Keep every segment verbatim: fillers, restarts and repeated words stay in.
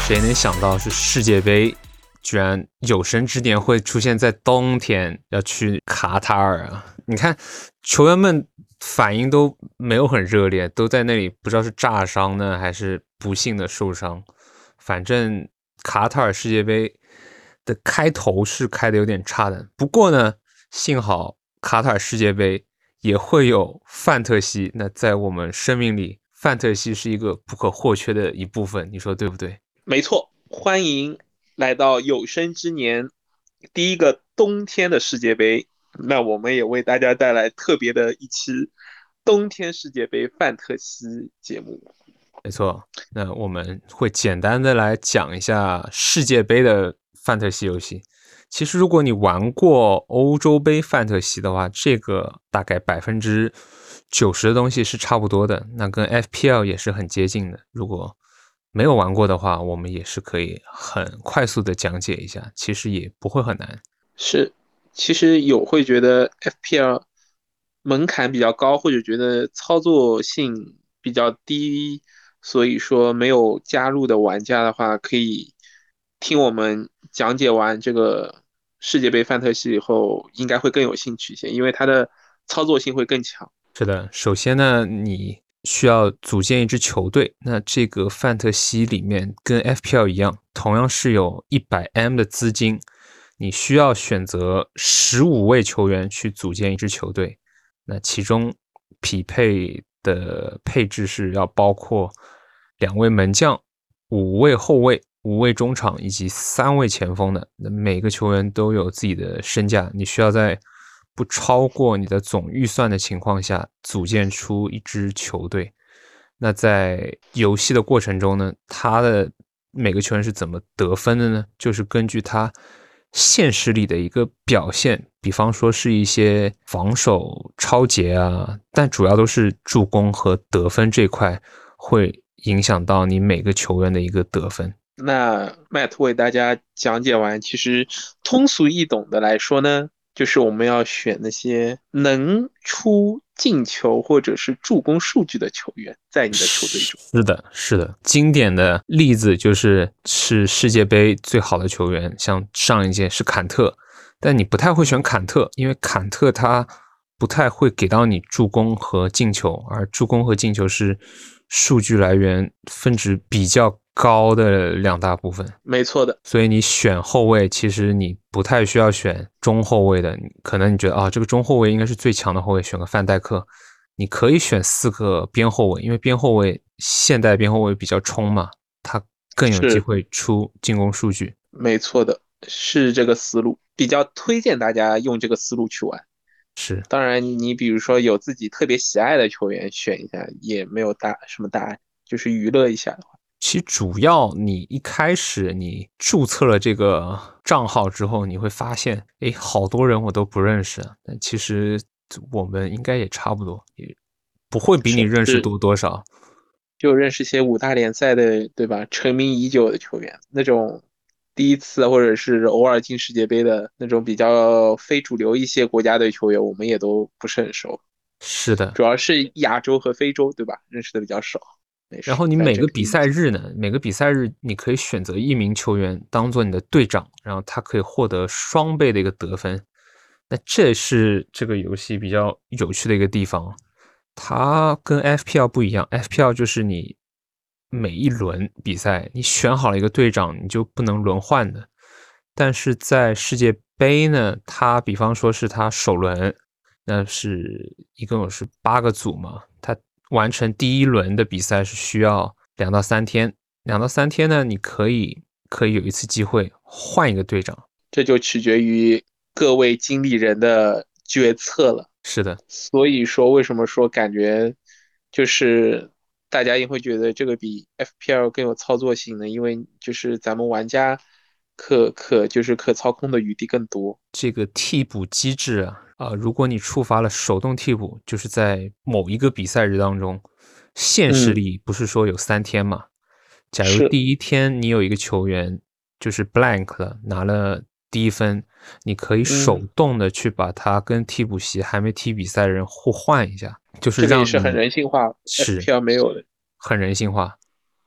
谁能想到是世界杯居然有生之年会出现在冬天，要去卡塔尔啊！你看球员们反应都没有很热烈，都在那里不知道是炸伤呢还是不幸的受伤。反正卡塔尔世界杯的开头是开的有点差的，不过呢，幸好卡塔尔世界杯也会有范特西，那在我们生命里，范特西是一个不可或缺的一部分，你说对不对？ 没错，欢迎来到有生之年第一个冬天的世界杯。那我们也为大家带来特别的一期冬天世界杯范特西节目。 没错，那我们会简单的来讲一下世界杯的范特西游戏。其实如果你玩过欧洲杯范特西的话，这个大概百分之九十的东西是差不多的，那跟 F P L 也是很接近的。如果没有玩过的话，我们也是可以很快速的讲解一下，其实也不会很难。 是，其实有会觉得 F P L 门槛比较高，或者觉得操作性比较低，所以说没有加入的玩家的话，可以听我们讲解完这个世界杯范特西以后，应该会更有兴趣一些，因为它的操作性会更强。 是的，首先呢，你需要组建一支球队。那这个范特西里面跟 F P L 一样，同样是有 一百 M 的资金，你需要选择十五位球员去组建一支球队。那其中匹配的配置是要包括两位门将、五位后卫、五位中场以及三位前锋的。那每个球员都有自己的身价，你需要在不超过你的总预算的情况下组建出一支球队。那在游戏的过程中呢，他的每个球员是怎么得分的呢？就是根据他现实里的一个表现，比方说是一些防守超节啊，但主要都是助攻和得分这块会影响到你每个球员的一个得分。 那 Matt 为大家讲解完，其实通俗易懂的来说呢，就是我们要选那些能出进球或者是助攻数据的球员，在你的球队中。 是的，是的，经典的例子就是是世界杯最好的球员，像上一届是坎特，但你不太会选坎特，因为坎特他不太会给到你助攻和进球，而助攻和进球是数据来源分值比较高的两大部分。 没错的， 所以你选后卫，其实你不太需要选中后卫的，可能你觉得啊，这个中后卫应该是最强的后卫，选个范戴克。你可以选四个边后卫，因为边后卫现代边后卫比较冲嘛，他更有机是会出进攻数据。 没错的，是这个思路，比较推荐大家用这个思路去玩。 是， 当然，你比如说有自己特别喜爱的球员，选一下也没有大什么大碍，就是娱乐一下的话。 其实主要你一开始你注册了这个账号之后，你会发现，诶，好多人我都不认识，但其实我们应该也差不多，也不会比你是是， 认识多多少。 就认识一些五大联赛的，对吧？成名已久的球员，那种第一次或者是偶尔进世界杯的那种比较非主流一些国家队球员，我们也都不是很熟， 是的， 主要是亚洲和非洲，对吧？认识的比较少。没事， 然后你反每个比正可以理解。 赛日呢，每个比赛日你可以选择一名球员当做你的队长，然后他可以获得双倍的一个得分。那这是这个游戏比较有趣的一个地方，它跟 F P L 不一样。F P L 就是你每一轮比赛你选好了一个队长，你就不能轮换的。但是在世界杯呢，它比方说是它首轮，那是一共是八个组嘛，它完成第一轮的比赛是需要两到三天，两到三天呢，你可以可以有一次机会换一个队长。 这就取决于各位经理人的决策了。 是的， 所以说，为什么说感觉就是大家也会觉得这个比 F P L 更有操作性呢？因为就是咱们玩家可可就是可操控的余地更多。 这个替补机制啊，啊、呃如果你触发了手动替补，就是在某一个比赛日当中，现实嗯， 里不是说有三天嘛？假如是， 第一天你有一个球员就是 blank 了，拿了第一分，你可以手嗯， 动的去把他跟替补席还没踢比赛的人互换一下，就是这个也是很让你人性化是 ，F P L 没有的。 很人性化。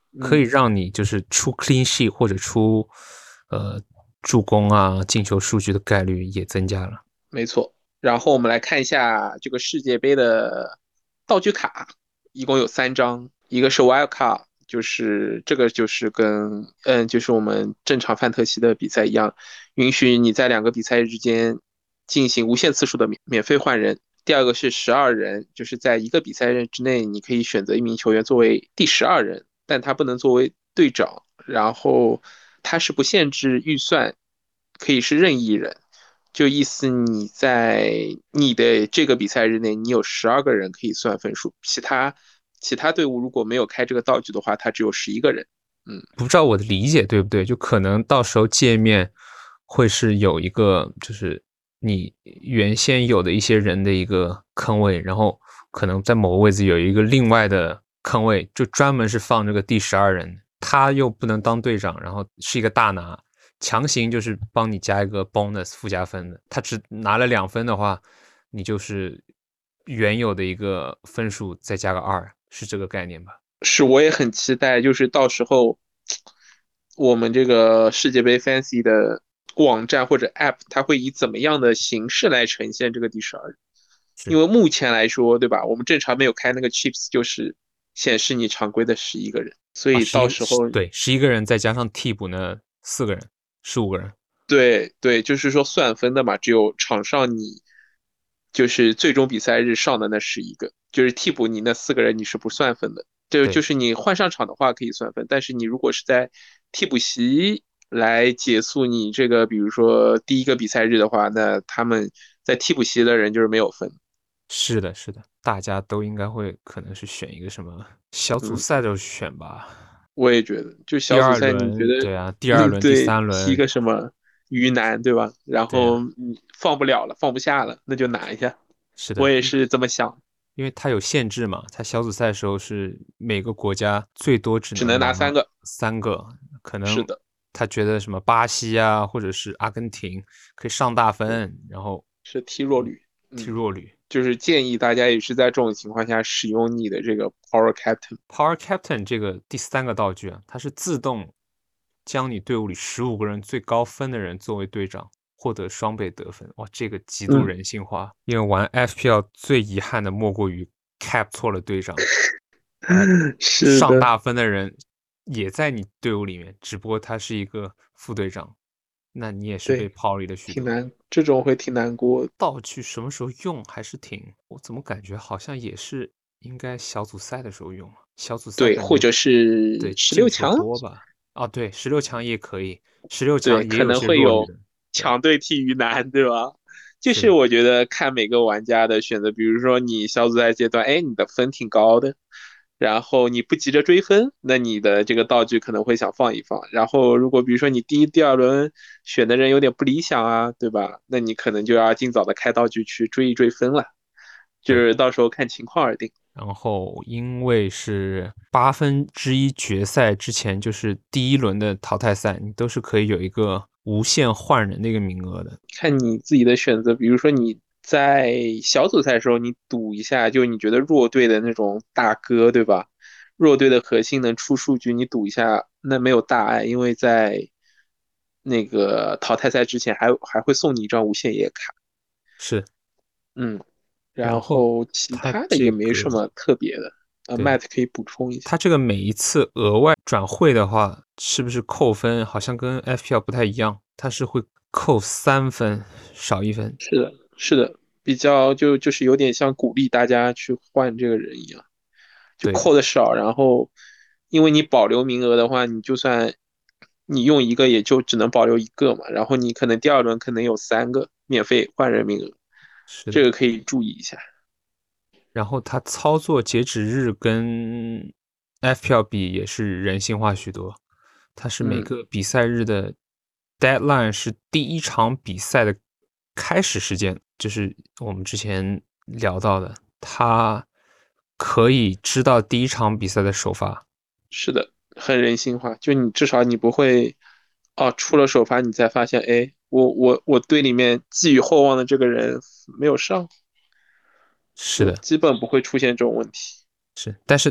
可以嗯， 让你就是出 clean sheet 或者出呃助攻啊、进球数据的概率也增加了。 没错。然后我们来看一下这个世界杯的道具卡，一共有三张，一个是 Wild Card，就是这个就是跟嗯就是我们正常范特西的比赛一样，允许你在两个比赛之间进行无限次数的免免费换人。第二个是十二人，就是在一个比赛日之内，你可以选择一名球员作为第十二人，但他不能作为队长。然后他是不限制预算，可以是任意人。就意思你在你的这个比赛日内，你有十二个人可以算分数，其他其他队伍如果没有开这个道具的话，它只有十一个人。嗯， 不知道我的理解对不对？就可能到时候界面会是有一个，就是你原先有的一些人的一个坑位，然后可能在某个位置有一个另外的坑位，就专门是放这个第十二人，他又不能当队长，然后是一个大拿，强行就是帮你加一个 bonus 附加分的，他只拿了两分的话，你就是原有的一个分数再加个二，是这个概念吧？ 是，我也很期待，就是到时候我们这个世界杯 Fancy 的网站或者 App，它会以怎么样的形式来呈现这个第十二人？因是。 为目前来说，对吧？我们正常没有开那个 chips，就是显示你常规的十一个人，所啊， 以十一到时候对十一个人，再加上替补呢四个人，十五个人。 对对，就是说算分的嘛，只有场上你就是最终比赛日上的那十一个，就是替补你那四个人你是不算分的。就就对， 是你换上场的话可以算分，但是你如果是在替补席来结束你这个，比如说第一个比赛日的话，那他们在替补席的人就是没有分。 是的，是的，大家都应该会可能是选一个什么小组嗯， 赛的选吧。 我也觉得，就第二小组赛你觉轮， 得， 对啊，第二嗯， 轮、第对， 三轮， 踢个什么鱼腩，对吧？然后对啊， 你放不了了，放不下了，那就拿一下。 是的， 我也是这么想， 因为它有限制嘛，它小组赛的时候是每个国家最多只只能拿能拿三个。 三个，可能是的， 他觉得什么巴西啊，或者是阿根廷可以上大对， 分，然后是踢弱旅。 踢嗯， 弱旅。 就是建议大家也是在这种情况下使用你的这个 Power Captain。 Power Captain 这个第三个道具啊，它是自动将你队伍里十五个人最高分的人作为队长，获得双倍得分。哇，这个极度嗯， 人性化。因为玩 F P L 最遗憾的莫过于 cap 错了队长，而是的， 上大分的人也在你队伍里面，只不过他是一个副队长，那你也是被对， 抛离了许多。 挺难，这种会挺难过的。 道具什么时候用还是挺，我怎么感觉好像也是应该小组赛的时候用啊？小组赛对， 感觉或者是对进球十六强， 多吧？啊，对，十六强也可以，十六对，可能强也有些会有弱旅的，对， 强队踢鱼腩，对吧？就是是我觉得看每个玩家的选择，比如说你小组赛阶段，哎，你的分挺高的，然后你不急着追分，那你的这个道具可能会想放一放。然后如果比如说你第一、第二轮选的人有点不理想啊，对吧？那你可能就要尽早的开道具去追一追分了，就对。 是到时候看情况而定。 然后因为是八分之一决赛之前，就是第一轮的淘汰赛，你都是可以有一个无限换人的一个名额的。 看你自己的选择，比如说你在小组赛的时候，你赌一下，就你觉得弱队的那种大哥，对吧？弱队的核心能出数据，你赌一下，那没有大碍，因为在那个淘汰赛之前还还会送你一张无限野卡。 是， 嗯，然然后后其它他的也这个没什么特别的。呃对 ，Matt 可以补充一下。 它这个每一次额外转会的话，是不是扣分？好像跟 F P L 不太一样，它是会扣三分，少一分。 是的，是的，比较就就是有点像鼓励大家去换这个人一样。就对， 扣的少，然后因为你保留名额的话，你就算你用一个，也就只能保留一个嘛，然后你可能第二轮可能有三个免费换人名额， 是的。 这个可以注意一下。 然后它操作截止日跟 F P L 比也是人性化许多，它是每嗯， 个比赛日的 deadline 是第一场比赛的开始时间，就是我们之前聊到的，它可以知道第一场比赛的首发。 是的，很人性化，就你至少你不会，哦，出了首发你才发现，哎，我我我队里面寄予厚望的这个人没有上， 是的， 就基本不会出现这种问题。 是，但是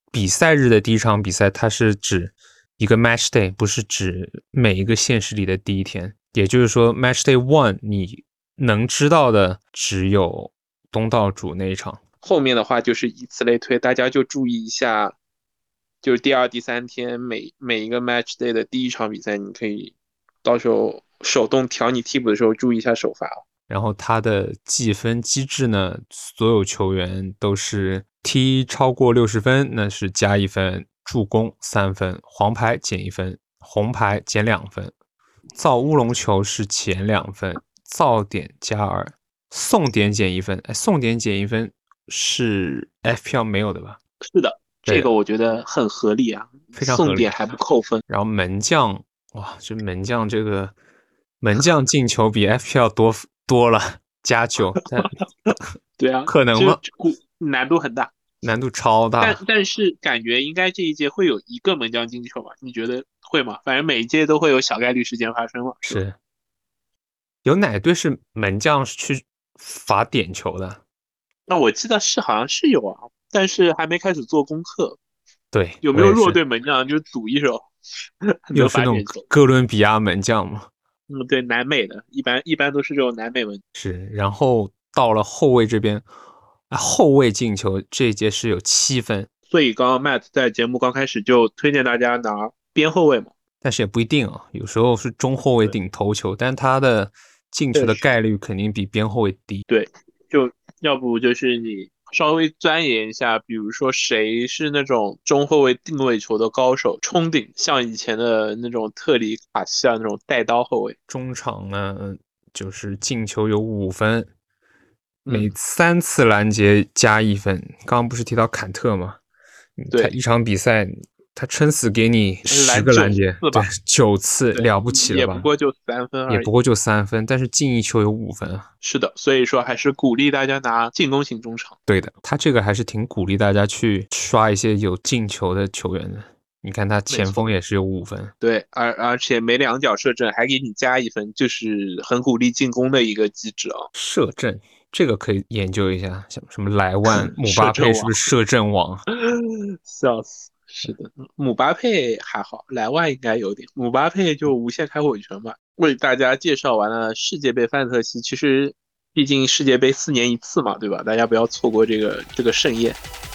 比赛日的第一场比赛，它是指一个 match day， 不是指每一个现实里的第一天。也就是说 match day one 你能知道的只有东道主那一场， 后面的话就是以此类推，大家就注意一下，就是第二、第三天每每一个 match day 的第一场比赛，你可以到时候手动调你替补的时候注意一下首发。 然后它的计分机制呢，所有球员都是踢超过六十分，那是加一分，助攻三分，黄牌减一分，红牌减两分，造乌龙球是减两分，造点加二，送点减一分。哎，送点减一分是 F P L 没有的吧？ 是的，这个我觉得很合理啊， 非常合理， 送点还不扣分。 然后门将，哇，这门将这个门将进球比 F P L 多多了，加九，但对啊， 可能吗？ 难度很大， 难度超大。 但但是感觉应该这一届会有一个门将进球吧？你觉得会吗？反正每一届都会有小概率事件发生嘛。 是，是有哪队是门将去罚点球的？ 那我记得是好像是有啊，但是还没开始做功课。 对， 有没有弱队门将就赌一手？ 又是那种哥伦比亚门将吗？ 嗯，对，南美的，一般一般都是这种南美门。 是，然后到了后卫这边，啊，后卫进球这一届是有七分。 所以刚刚 Matt 在节目刚开始就推荐大家拿边后卫嘛。 但是也不一定啊，有时候是中后卫顶头球，但他的进球的概率肯定比边后卫低。 对，就要不就是你稍微钻研一下，比如说谁是那种中后卫定位球的高手，冲顶，像以前的那种特里卡西亚那种带刀后卫。 中场呢，就是进球有五分，每三次拦截加一分。嗯、刚刚不是提到坎特吗？ 对， 他一场比赛他撑死给你十个拦截，对，九次了不起了吧？ 也不过就三分而已， 也不过就三分，但是进一球有五分啊。 是的，所以说还是鼓励大家拿进攻型中场。 对的，他这个还是挺鼓励大家去刷一些有进球的球员的。你看他前锋也是有五分， 对，而而且每两脚射正还给你加一分，就是很鼓励进攻的一个机制啊。 射正这个可以研究一下，像什么莱万、姆巴佩是不是射正王？ 笑死！是的，姆巴佩还好，莱万应该有点，姆巴佩就无限开火权吧。为大家介绍完了世界杯范特西，其实毕竟世界杯四年一次嘛，对吧？大家不要错过这个这个盛宴。